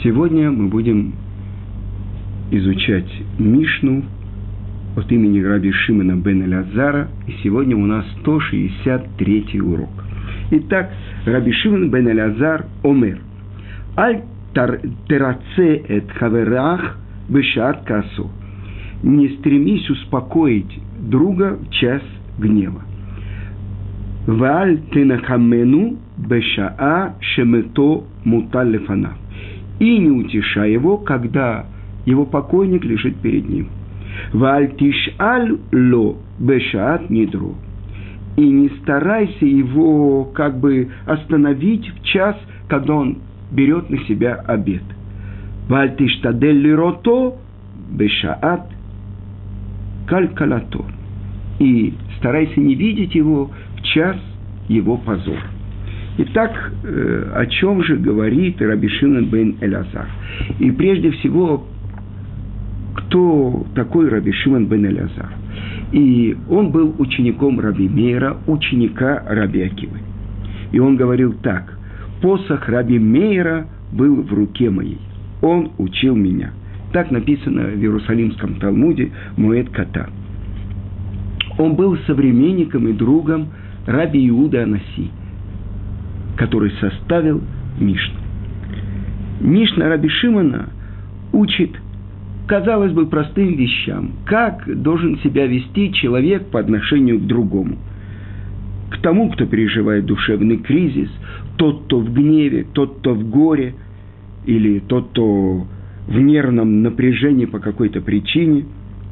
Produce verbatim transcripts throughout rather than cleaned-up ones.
Сегодня мы будем изучать Мишну от имени Раби Шимона бен Элязара, и сегодня у нас сто шестьдесят третий урок. Итак, Раби Шимон бен Элязар омер: «Аль тераце эт хаверах бешаат касо». Не стремись успокоить друга в час гнева. «Вааль тенахамену бешаа шемето муталь лефанав». И не утешай его, когда его покойник лежит перед ним. «Вааль тишаль ло бешаат нидро». И не старайся его как бы остановить в час, когда он берет на себя обет. «Вааль тиштадель лирото бешаат калькалато». И старайся не видеть его в час его позора. Итак, э, о чем же говорит Раби Шимон бен Элязар? И прежде всего, кто такой Раби Шимон бен Элязар? И он был учеником Раби Меира, ученика Раби Акивы. И он говорил так: «Посох Раби Меира был в руке моей, он учил меня». Так написано в Иерусалимском Талмуде Моэд Катан. Он был современником и другом Раби Иуда Анаси, который составил Мишну. Мишна Раби Шимона учит, казалось бы, простым вещам, как должен себя вести человек по отношению к другому. К тому, кто переживает душевный кризис, тот, кто в гневе, тот, кто в горе, или тот, кто в нервном напряжении по какой-то причине.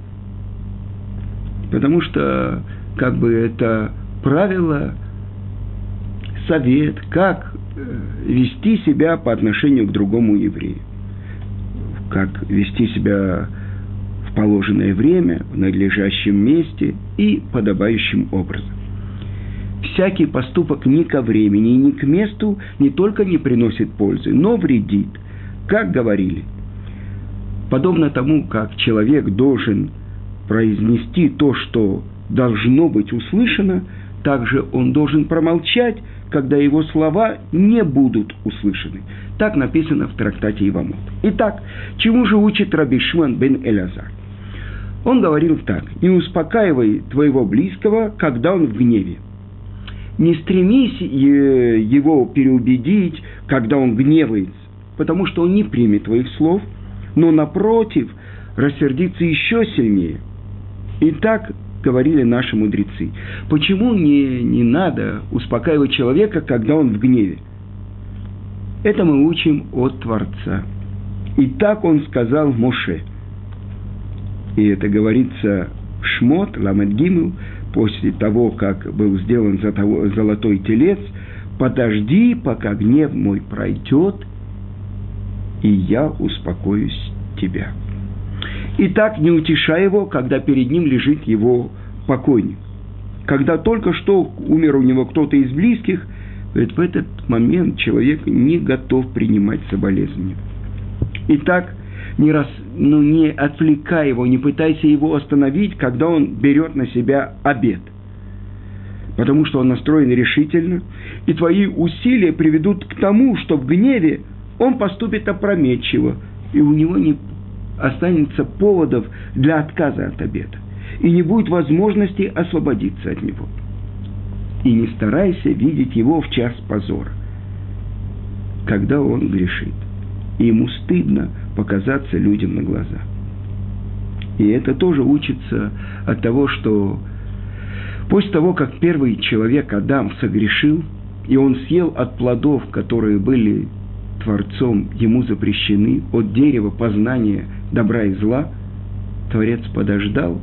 Потому что, как бы, это правило, совет, как вести себя по отношению к другому еврею. Как вести себя в положенное время, в надлежащем месте и подобающим образом. Всякий поступок ни ко времени, ни к месту не только не приносит пользы, но вредит. Как говорили, подобно тому, как человек должен произнести то, что должно быть услышано, также он должен промолчать, когда его слова не будут услышаны. Так написано в трактате Ивамот. Итак, чему же учит Раби Шимон бен Элязар? Он говорил так: «Не успокаивай твоего близкого, когда он в гневе. Не стремись его переубедить, когда он гневается, потому что он не примет твоих слов, но, напротив, рассердится еще сильнее». Итак, говорили наши мудрецы. Почему не, не надо успокаивать человека, когда он в гневе? Это мы учим от Творца. И так он сказал Моше. И это говорится в Шмот, Ламед Гимел, после того, как был сделан золотой телец: «Подожди, пока гнев мой пройдет, и я успокоюсь тебя». Итак, не утешай его, когда перед ним лежит его покойник. Когда только что умер у него кто-то из близких, ведь в этот момент человек не готов принимать соболезнования. Итак, не, рас, ну, не отвлекай его, не пытайся его остановить, когда он берет на себя обет. Потому что он настроен решительно, и твои усилия приведут к тому, что в гневе он поступит опрометчиво, и у него не останется поводов для отказа от обета, и не будет возможности освободиться от него. И не старайся видеть его в час позора, когда он грешит, и ему стыдно показаться людям на глаза. И это тоже учится от того, что после того, как первый человек, Адам, согрешил, и он съел от плодов, которые были Творцом ему запрещены, от дерева познания добра и зла, Творец подождал,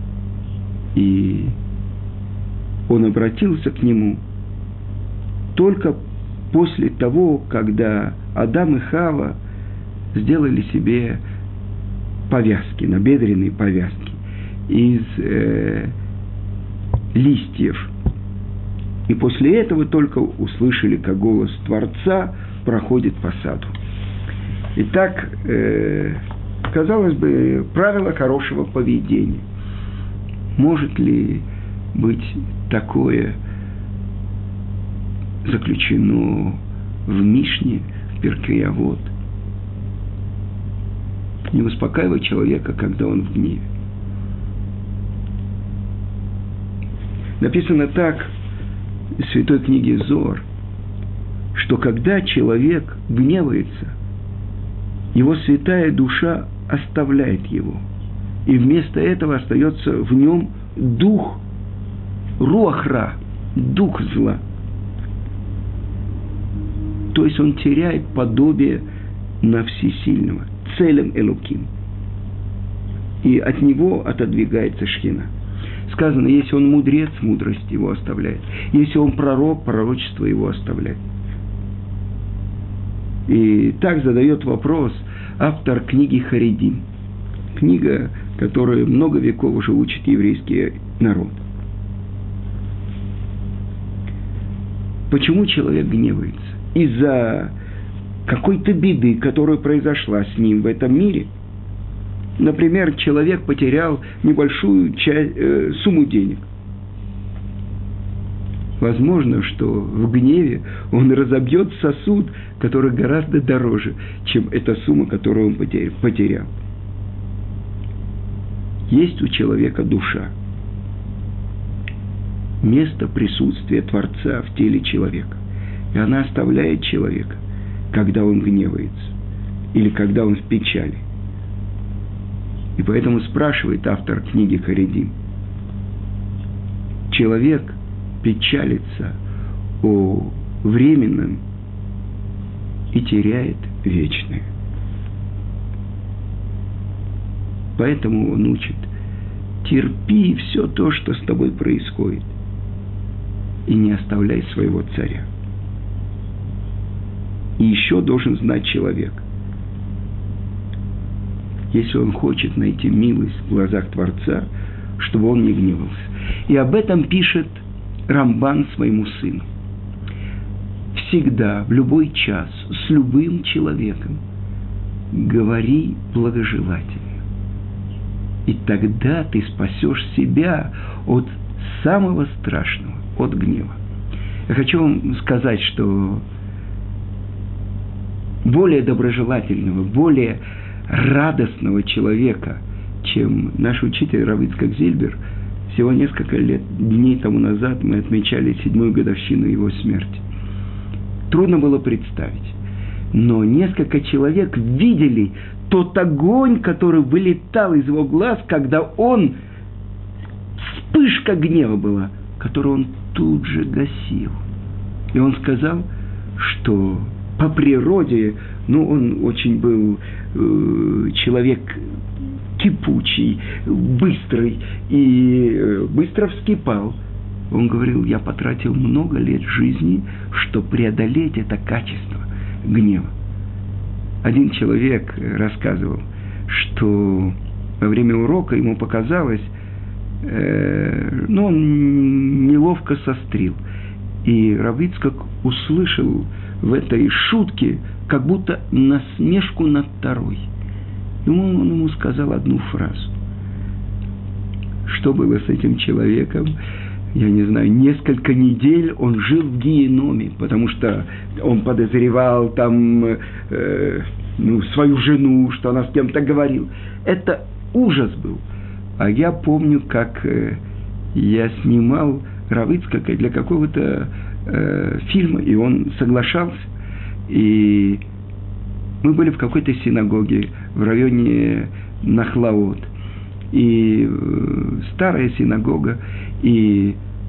и он обратился к нему только после того, когда Адам и Хава сделали себе повязки, набедренные повязки из э, листьев. И после этого только услышали, как голос Творца проходит по саду. Итак, э, казалось бы, правило хорошего поведения. Может ли быть такое заключено в Мишне, в Перкей Авот? не успокаивать человека, когда он в гневе. Написано так в святой книге Зоар, что когда человек гневается, его святая душа оставляет его, и вместо этого остается в нем дух руах ра, дух зла. То есть он теряет подобие на всесильного, целем Элоким. И от него отодвигается шхина. Сказано, если он мудрец, мудрость его оставляет. Если он пророк, пророчество его оставляет. И так задает вопрос автор книги Харидим. Книга, которую много веков уже учит еврейский народ. Почему человек гневается? Из-за какой-то беды, которая произошла с ним в этом мире. Например, человек потерял небольшую часть, э, сумму денег. Возможно, что в гневе он разобьет сосуд, который гораздо дороже, чем эта сумма, которую он потерял. Есть у человека душа. Место присутствия Творца в теле человека. И она оставляет человека, когда он гневается, или когда он в печали. И поэтому спрашивает автор книги Харидим. Человек печалится о временном и теряет вечное. Поэтому он учит: терпи все то, что с тобой происходит, и не оставляй своего царя. И еще должен знать человек, если он хочет найти милость в глазах Творца, чтобы он не гневался. И об этом пишет Рамбан своему сыну. Всегда, в любой час, с любым человеком говори благожелательно. И тогда ты спасешь себя от самого страшного, от гнева. Я хочу вам сказать, что более доброжелательного, более радостного человека, чем наш учитель Рав Ицхак Зильбер, всего несколько лет, дней тому назад мы отмечали седьмую годовщину его смерти. Трудно было представить. Но несколько человек видели тот огонь, который вылетал из его глаз, когда он, вспышка гнева была, которую он тут же гасил. И он сказал, что по природе, ну, он очень был э, человек кипучий, быстрый и э, быстро вскипал. Он говорил: я потратил много лет жизни, чтобы преодолеть это качество гнева. Один человек рассказывал, что во время урока ему показалось, э, ну, он неловко сострил. И Рав Ицхак услышал в этой шутке как будто насмешку над Торой. И он, он ему сказал одну фразу. Что было с этим человеком? Я не знаю, несколько недель он жил в геноме, потому что он подозревал там э, ну, свою жену, что она с кем-то говорила. Это ужас был. А я помню, как э, я снимал Рав Ицхака для какого-то э, фильма, и он соглашался. И мы были в какой-то синагоге в районе Нахлаот. И э, старая синагога, и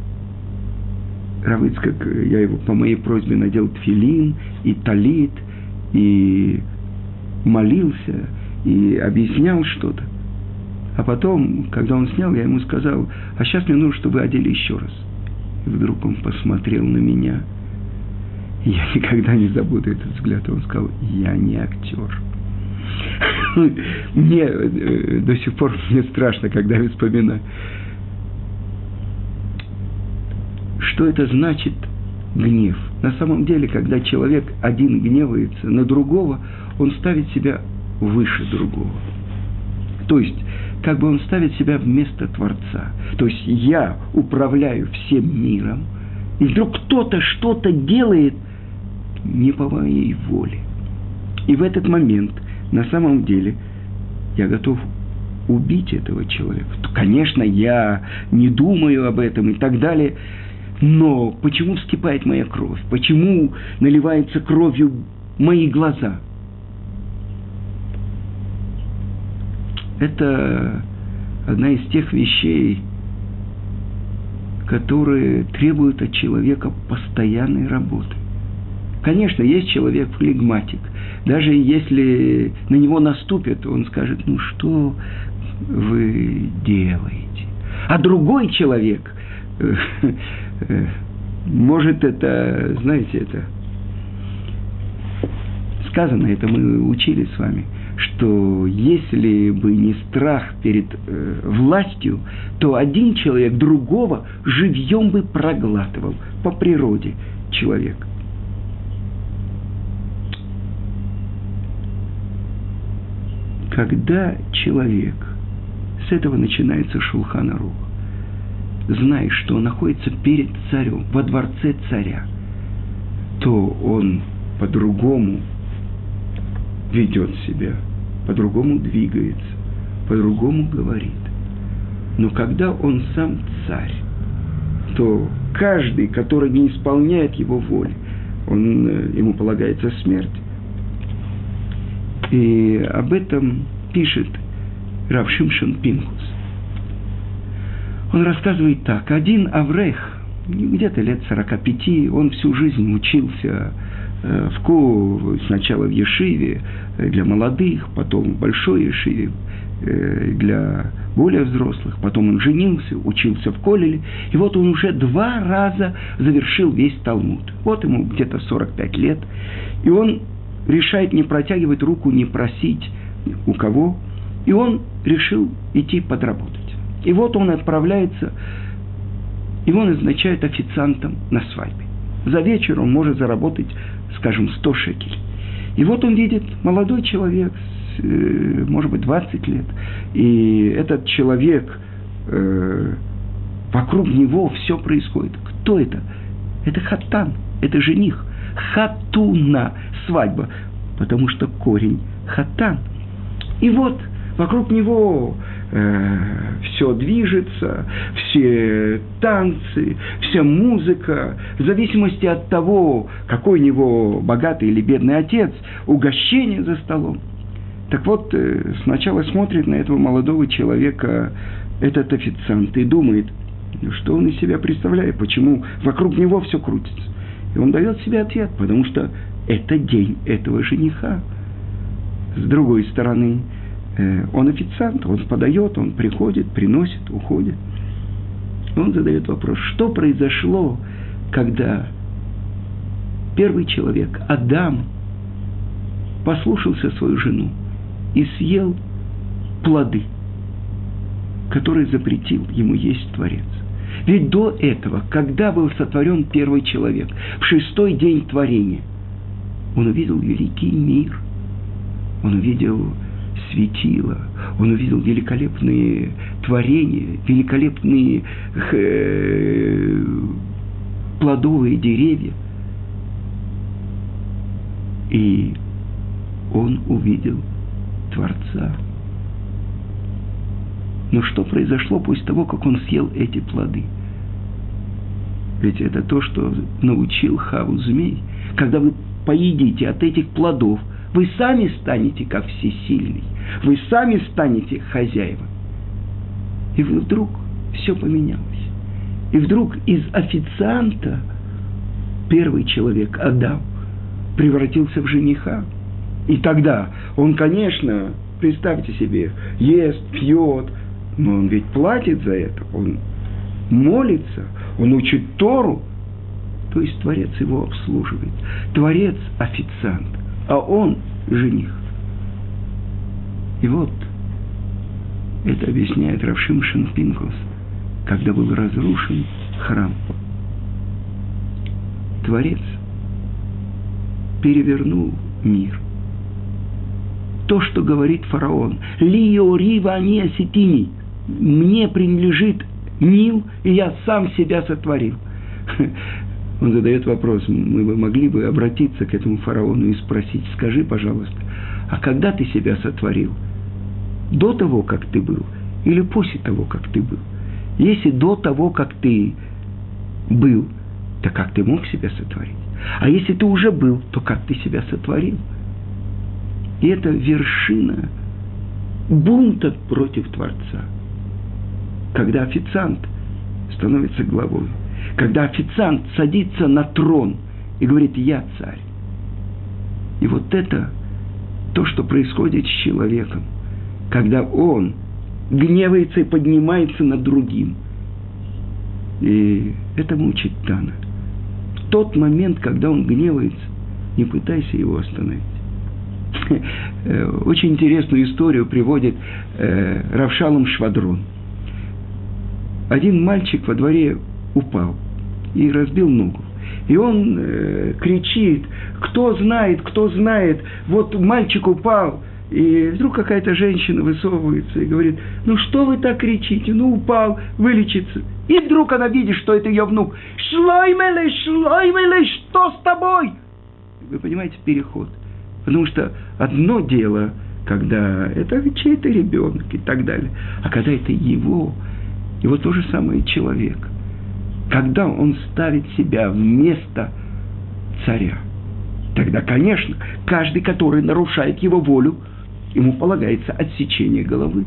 Рав Ицхак, я его по моей просьбе надел тфилин и талит, и молился, и объяснял что-то. А потом, когда он снял, я ему сказал: а сейчас мне нужно, чтобы вы одели еще раз. И вдруг он посмотрел на меня. Я никогда не забуду этот взгляд. Он сказал: я не актер. Мне до сих пор мне страшно, когда я вспоминаю. Что это значит гнев? На самом деле, когда человек один гневается на другого, он ставит себя выше другого. То есть, как бы он ставит себя вместо Творца. То есть, я управляю всем миром, и вдруг кто-то что-то делает не по моей воле. И в этот момент, на самом деле, я готов убить этого человека. Конечно, я не думаю об этом и так далее, но почему вскипает моя кровь? Почему наливается кровью мои глаза? Это одна из тех вещей, которые требуют от человека постоянной работы. Конечно, есть человек флегматик. Даже если на него наступят, он скажет: ну что вы делаете? А другой человек, может, это, знаете, это сказано, это мы учили с вами, что если бы не страх перед э, властью, то один человек другого живьем бы проглатывал по природе человек. Когда человек, с этого начинается Шулхан Арух, знает, что он находится перед царем, во дворце царя, то он по-другому ведет себя, по-другому двигается, по-другому говорит. Но когда он сам царь, то каждый, который не исполняет его воли, он, ему полагается смерть. И об этом пишет Рав Шимшон Пинхус. Он рассказывает так. Один аврех, где-то лет сорока пяти, он всю жизнь учился э, в ку, сначала в ешиве для молодых, потом в большой ешиве э, для более взрослых, потом он женился, учился в колледже, и вот он уже два раза завершил весь Талмуд. Вот ему где-то сорок пять лет, и он решает не протягивать руку, не просить у кого, и он решил идти подработать. И вот он отправляется, его назначают официантом на свадьбе. За вечер он может заработать, скажем, сто шекелей. И вот он видит молодой человек, может быть, двадцать лет, и этот человек, э, вокруг него все происходит. Кто это? Это хатан, это жених. Хатуна, свадьба, потому что корень хатан. И вот вокруг него э, все движется, все танцы, вся музыка, в зависимости от того, какой у него богатый или бедный отец, угощение за столом. Так вот, э, сначала смотрит на этого молодого человека этот официант и думает, что он из себя представляет, почему вокруг него все крутится. И он дает себе ответ, потому что это день этого жениха. С другой стороны, э, он официант, он подает, он приходит, приносит, уходит. И он задает вопрос, что произошло, когда первый человек, Адам, послушался свою жену и съел плоды, которые запретил ему есть Творец. Ведь до этого, когда был сотворен первый человек, в шестой день творения, он увидел великий мир, он увидел светило, он увидел великолепные творения, великолепные э, плодовые деревья. И он увидел Творца. Но что произошло после того, как он съел эти плоды? Ведь это то, что научил Хаву змей. Когда вы поедите от этих плодов, вы сами станете как всесильный. Вы сами станете хозяевами. И вдруг все поменялось. И вдруг из официанта первый человек, Адам, превратился в жениха. И тогда он, конечно, представьте себе, ест, пьет, но он ведь платит за это, он молится, он учит Тору, то есть Творец его обслуживает. Творец – официант, а он – жених. И вот это объясняет Рав Шимшон Пинхус, когда был разрушен храм. Творец перевернул мир. То, что говорит фараон, «Лио рива ани осетини», «Мне принадлежит Нил, и я сам себя сотворил». Он задает вопрос, мы бы могли бы обратиться к этому фараону и спросить, скажи, пожалуйста, а когда ты себя сотворил? до того, как ты был, или после того, как ты был. Если до того, как ты был, то как ты мог себя сотворить? А если ты уже был, то как ты себя сотворил? И это вершина бунта против Творца. Когда официант становится главой, когда официант садится на трон и говорит: «Я царь». И вот это то, что происходит с человеком, когда он гневается и поднимается над другим. И это мучит Тана. В тот момент, когда он гневается, не пытайся его остановить. Очень интересную историю приводит Рав Шалом Швадрон. Один мальчик во дворе упал и разбил ногу. И он э, кричит: «Кто знает, кто знает, вот мальчик упал». И вдруг какая-то женщина высовывается и говорит: «Ну что вы так кричите? Ну упал, вылечится». И вдруг она видит, что это ее внук. «Шлоймеле, шлоймеле, что с тобой?» Вы понимаете, переход. Потому что одно дело, когда это чей-то ребенок и так далее, а когда это его, и вот то же самое человек. Когда он ставит себя вместо царя, тогда, конечно, каждый, который нарушает его волю, ему полагается отсечение головы.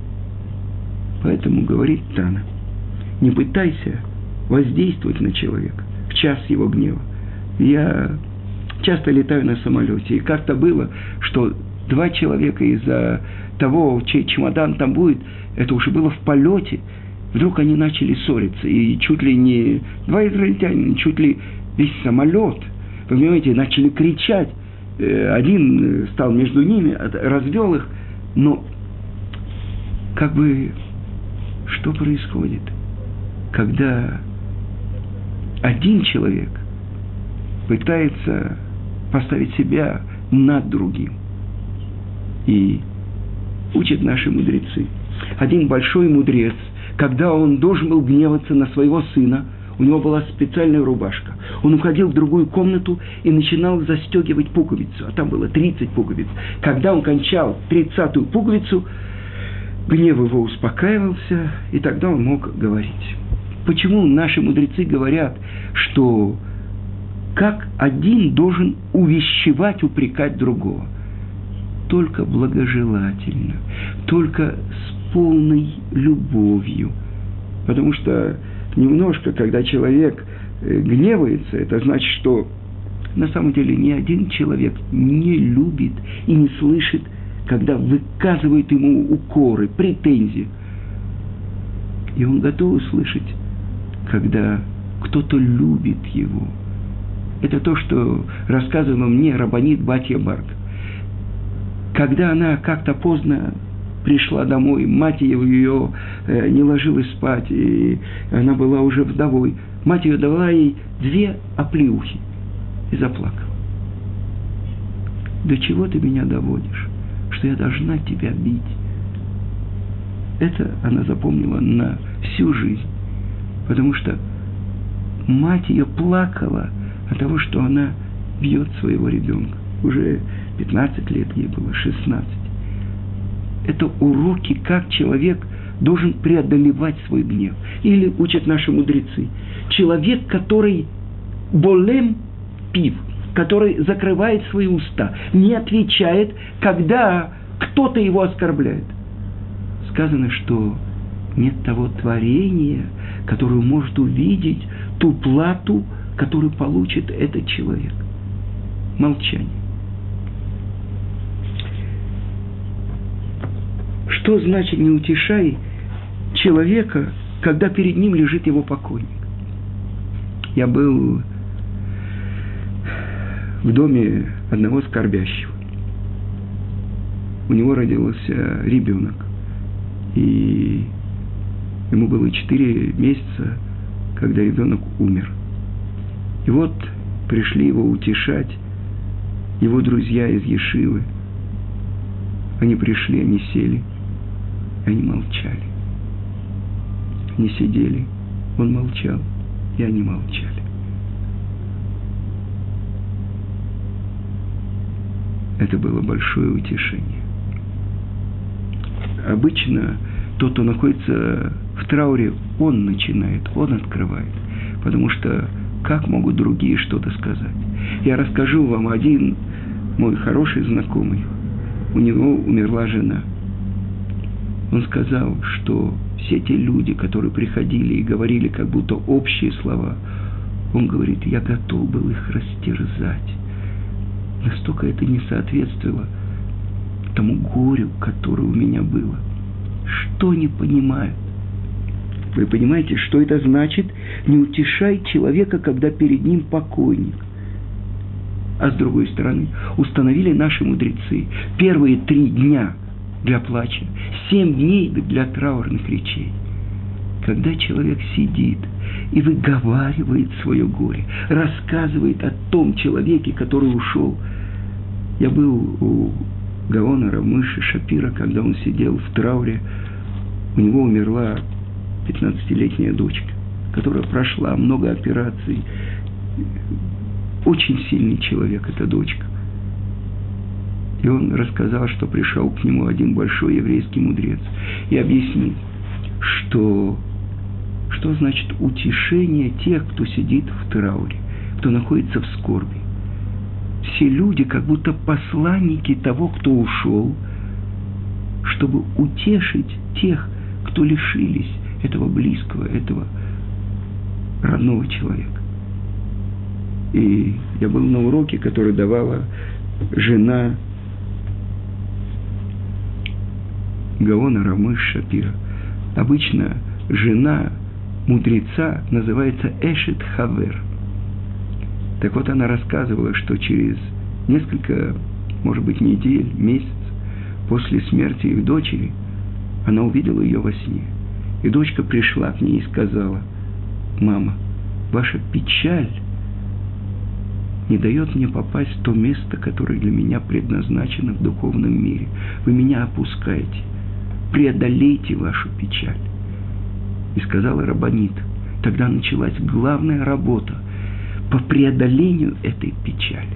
Поэтому говорит Тана: не пытайся воздействовать на человека в час его гнева. Я часто летаю на самолете, и как-то было, что два человека из-за того, чей чемодан там будет, это уже было в полете, вдруг они начали ссориться, и чуть ли не два израильтянина, чуть ли весь самолет, вы понимаете, начали кричать. Один стал между ними, развел их, но как бы что происходит, когда один человек пытается поставить себя над другим? И учат наши мудрецы. Один большой мудрец, когда он должен был гневаться на своего сына, у него была специальная рубашка. Он уходил в другую комнату и начинал застегивать пуговицу. А там было тридцать пуговиц. Когда он кончал тридцатую пуговицу, гнев его успокаивался, и тогда он мог говорить. Почему наши мудрецы говорят, что как один должен увещевать, упрекать другого? Только благожелательно, только с полной любовью. Потому что немножко, когда человек гневается, это значит, что на самом деле ни один человек не любит и не слышит, когда выказывают ему укоры, претензии. И он готов услышать, когда кто-то любит его. Это то, что рассказывала мне рабанит Батья Барг. Когда она как-то поздно пришла домой, мать ее э, не ложилась спать, и она была уже вдовой. Мать ее дала ей две оплеухи и заплакала. «До чего ты меня доводишь, что я должна тебя бить?» Это она запомнила на всю жизнь, потому что мать ее плакала от того, что она бьет своего ребенка. Уже пятнадцать лет ей было, шестнадцать. Это уроки, как человек должен преодолевать свой гнев. Или учат наши мудрецы. Человек, который болем пив, который закрывает свои уста, не отвечает, когда кто-то его оскорбляет. Сказано, что нет того творения, которое может увидеть ту плату, которую получит этот человек. Молчание. Что значит не утешай человека, когда перед ним лежит его покойник? Я был в доме одного скорбящего. У него родился ребенок. И ему было четыре месяца, когда ребенок умер. И вот пришли его утешать его друзья из Ешивы. Они пришли, они сели, и они молчали. Они сидели, он молчал, и они молчали. Это было большое утешение. обычно тот, кто находится в трауре, он начинает, он открывает. Потому что как могут другие что-то сказать? Я расскажу вам один мой хороший знакомый. У него умерла жена. Он сказал, что все те люди, которые приходили и говорили как будто общие слова, он говорит, я готов был их растерзать. Настолько это не соответствовало тому горю, которое у меня было. Что не понимают? Вы понимаете, что это значит? Не утешай человека, когда перед ним покойник. А с другой стороны, установили наши мудрецы первые три дня для плача, семь дней для траурных речей. Когда человек сидит и выговаривает свое горе, рассказывает о том человеке, который ушел. Я был у Гаона Рав Мойше Шапира, когда он сидел в трауре, у него умерла пятнадцатилетняя дочка, которая прошла много операций. Очень сильный человек, эта дочка. И он рассказал, что пришел к нему один большой еврейский мудрец и объяснил, что, что значит утешение тех, кто сидит в трауре, кто находится в скорби. Все люди как будто посланники того, кто ушел, чтобы утешить тех, кто лишились этого близкого, этого родного человека. И я был на уроке, который давала жена Гаона Рав Мойше Шапира. Обычно жена мудреца называется Эшет Хавер. Так вот, она рассказывала, что через несколько, может быть, недель, месяц после смерти их дочери, она увидела ее во сне. И дочка пришла к ней и сказала: «Мама, ваша печаль не дает мне попасть в то место, которое для меня предназначено в духовном мире. Вы меня опускаете. Преодолейте вашу печаль». И сказала раббанит. Тогда началась главная работа по преодолению этой печали.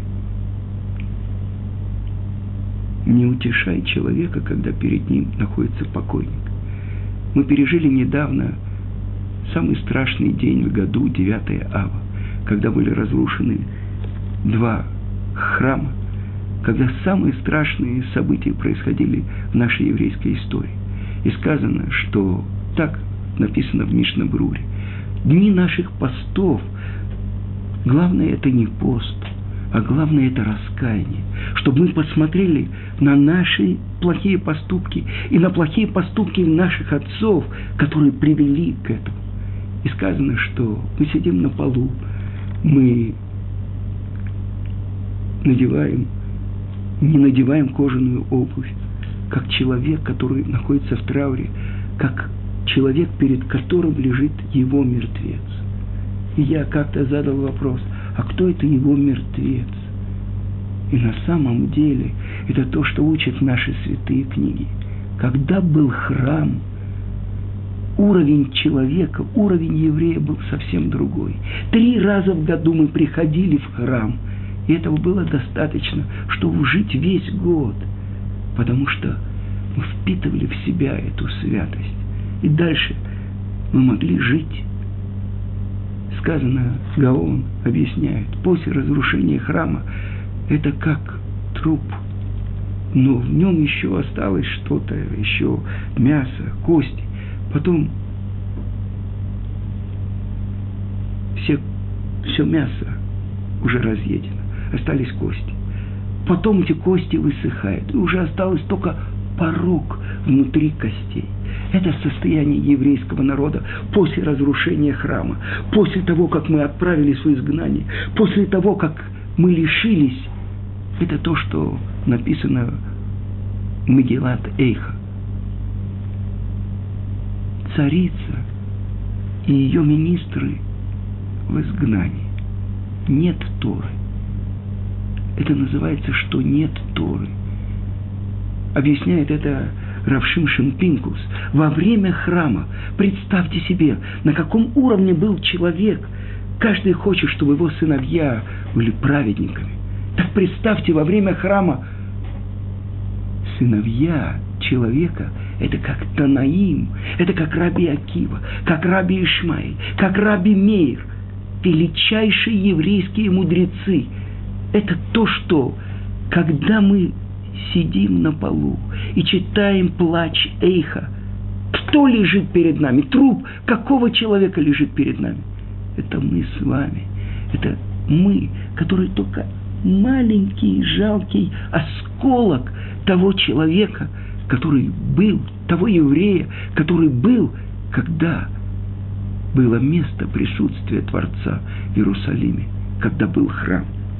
Не утешай человека, когда перед ним находится покойник. Мы пережили недавно самый страшный день в году, девятое ава, когда были разрушены два храма, когда самые страшные события происходили в нашей еврейской истории. И сказано, что так написано в Мишна Бруре: дни наших постов, главное это не пост, а главное это раскаяние, чтобы мы посмотрели на наши плохие поступки и на плохие поступки наших отцов, которые привели к этому. И сказано, что мы сидим на полу, мы надеваем, не надеваем кожаную обувь, как человек, который находится в трауре, как человек, перед которым лежит его мертвец. И я как-то задал вопрос: а кто это его мертвец? И на самом деле это то, что учат наши святые книги. Когда был храм, уровень человека, уровень еврея был совсем другой. Три раза в году мы приходили в храм, и этого было достаточно, чтобы жить весь год, потому что мы впитывали в себя эту святость. И дальше мы могли жить. Сказано, Гаон объясняет, после разрушения храма это как труп, но в нем еще осталось что-то, еще мясо, кости. Потом все, все мясо уже разъедено, остались кости. Потом эти кости высыхают, и уже осталось только порог внутри костей. Это состояние еврейского народа после разрушения храма, после того, как мы отправились в изгнание, после того, как мы лишились. Это то, что написано в Мегилат Эйха. Царица и ее министры в изгнании. Нет Торы. Это называется, что нет Торы. Объясняет это Рав Шимшон Пинкус. Во время храма, представьте себе, на каком уровне был человек. Каждый хочет, чтобы его сыновья были праведниками. Так представьте, во время храма сыновья человека Это как Танаим, это как Раби Акива, как Раби Ишмаэль, как Раби Меир. Величайшие еврейские мудрецы. Это то, что, когда мы сидим на полу и читаем плач Эйха, кто лежит перед нами? Труп какого человека лежит перед нами? Это мы с вами. Это мы, которые только маленький, жалкий осколок того человека, который был, того еврея, который был, когда было место присутствия Творца в Иерусалиме, когда был храм.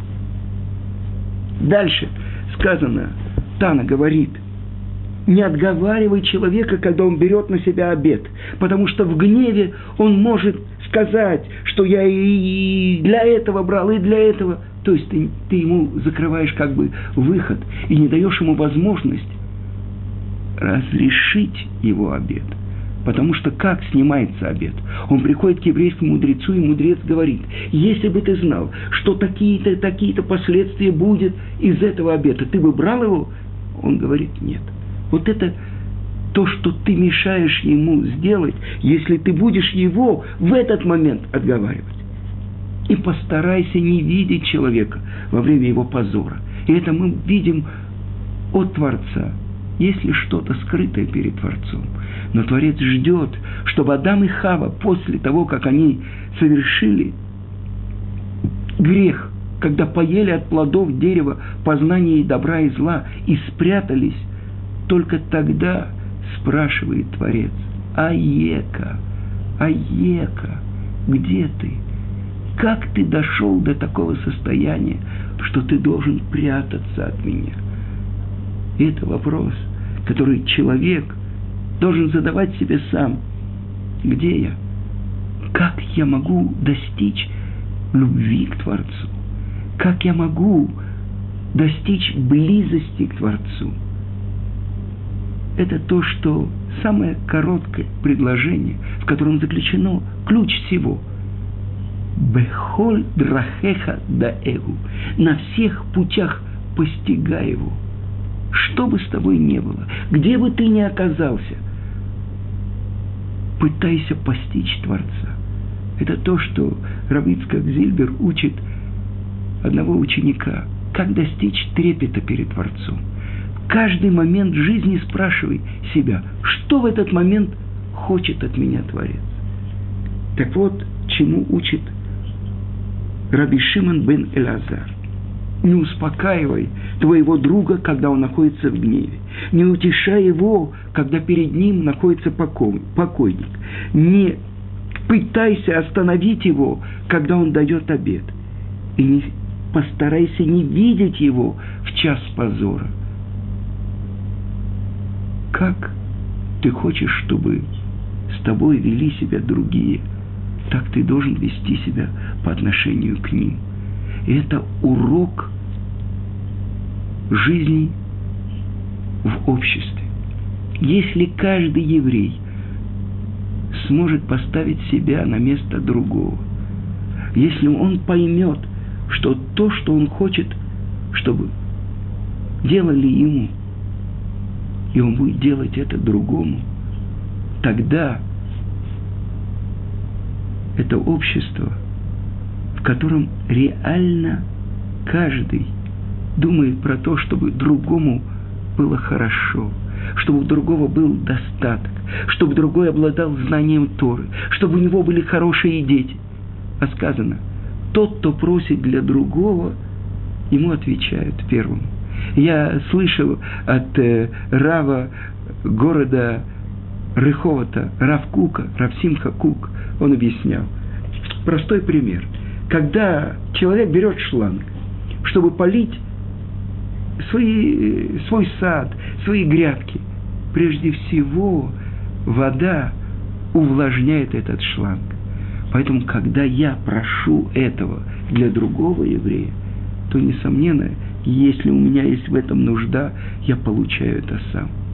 Дальше сказано, Тана говорит, не отговаривай человека, когда он берет на себя обет, потому что в гневе он может сказать, что я и для этого брал, и для этого. То есть ты, ты ему закрываешь как бы выход и не даешь ему возможность разрешить его обет. Потому что как снимается обет? Он приходит к еврейскому мудрецу, и мудрец говорит, если бы ты знал, что такие-то, такие-то последствия будет из этого обета, ты бы брал его? Он говорит, нет. Вот это то, что ты мешаешь ему сделать, если ты будешь его в этот момент отговаривать. И постарайся не видеть человека во время его позора. И это мы видим от Творца. Есть ли что-то скрытое перед Творцом? Но Творец ждет, чтобы Адам и Хава, после того, как они совершили грех, когда поели от плодов дерева познания и добра и зла, и спрятались, только тогда спрашивает Творец, Аека, Аека, где ты? Как ты дошел до такого состояния, что ты должен прятаться от меня? И это вопрос, который человек должен задавать себе сам. Где я? Как я могу достичь любви к Творцу? Как я могу достичь близости к Творцу? Это то, что самое короткое предложение, в котором заключено ключ всего. «Бехоль драхеха даэгу» – на всех путях постигай его. Что бы с тобой ни было, где бы ты ни оказался, пытайся постичь Творца. Это то, что Рав Ицхак Зильбер учит одного ученика, как достичь трепета перед Творцом. Каждый момент жизни спрашивай себя, что в этот момент хочет от меня Творец. Так вот, чему учит Раби Шимон бен Элазар. Не успокаивай твоего друга, когда он находится в гневе. Не утешай его, когда перед ним находится покойник. Не пытайся остановить его, когда он дает обет. И не, постарайся не видеть его в час позора. Как ты хочешь, чтобы с тобой вели себя другие, так ты должен вести себя по отношению к ним. И это урок жизни в обществе. Если каждый еврей сможет поставить себя на место другого, если он поймет, что то, что он хочет, чтобы делали ему, и он будет делать это другому, тогда это общество, в котором реально каждый думает про то, чтобы другому было хорошо, чтобы у другого был достаток, чтобы другой обладал знанием Торы, чтобы у него были хорошие дети. А сказано, тот, кто просит для другого, ему отвечают первому. Я слышал от э, рава города Реховата, Рав Кука, Рав Симха Кук, он объяснял. Простой пример. Когда человек берет шланг, чтобы полить свои, свой сад, свои грядки, прежде всего вода увлажняет этот шланг. Поэтому, когда я прошу этого для другого еврея, то, несомненно, если у меня есть в этом нужда, я получаю это сам.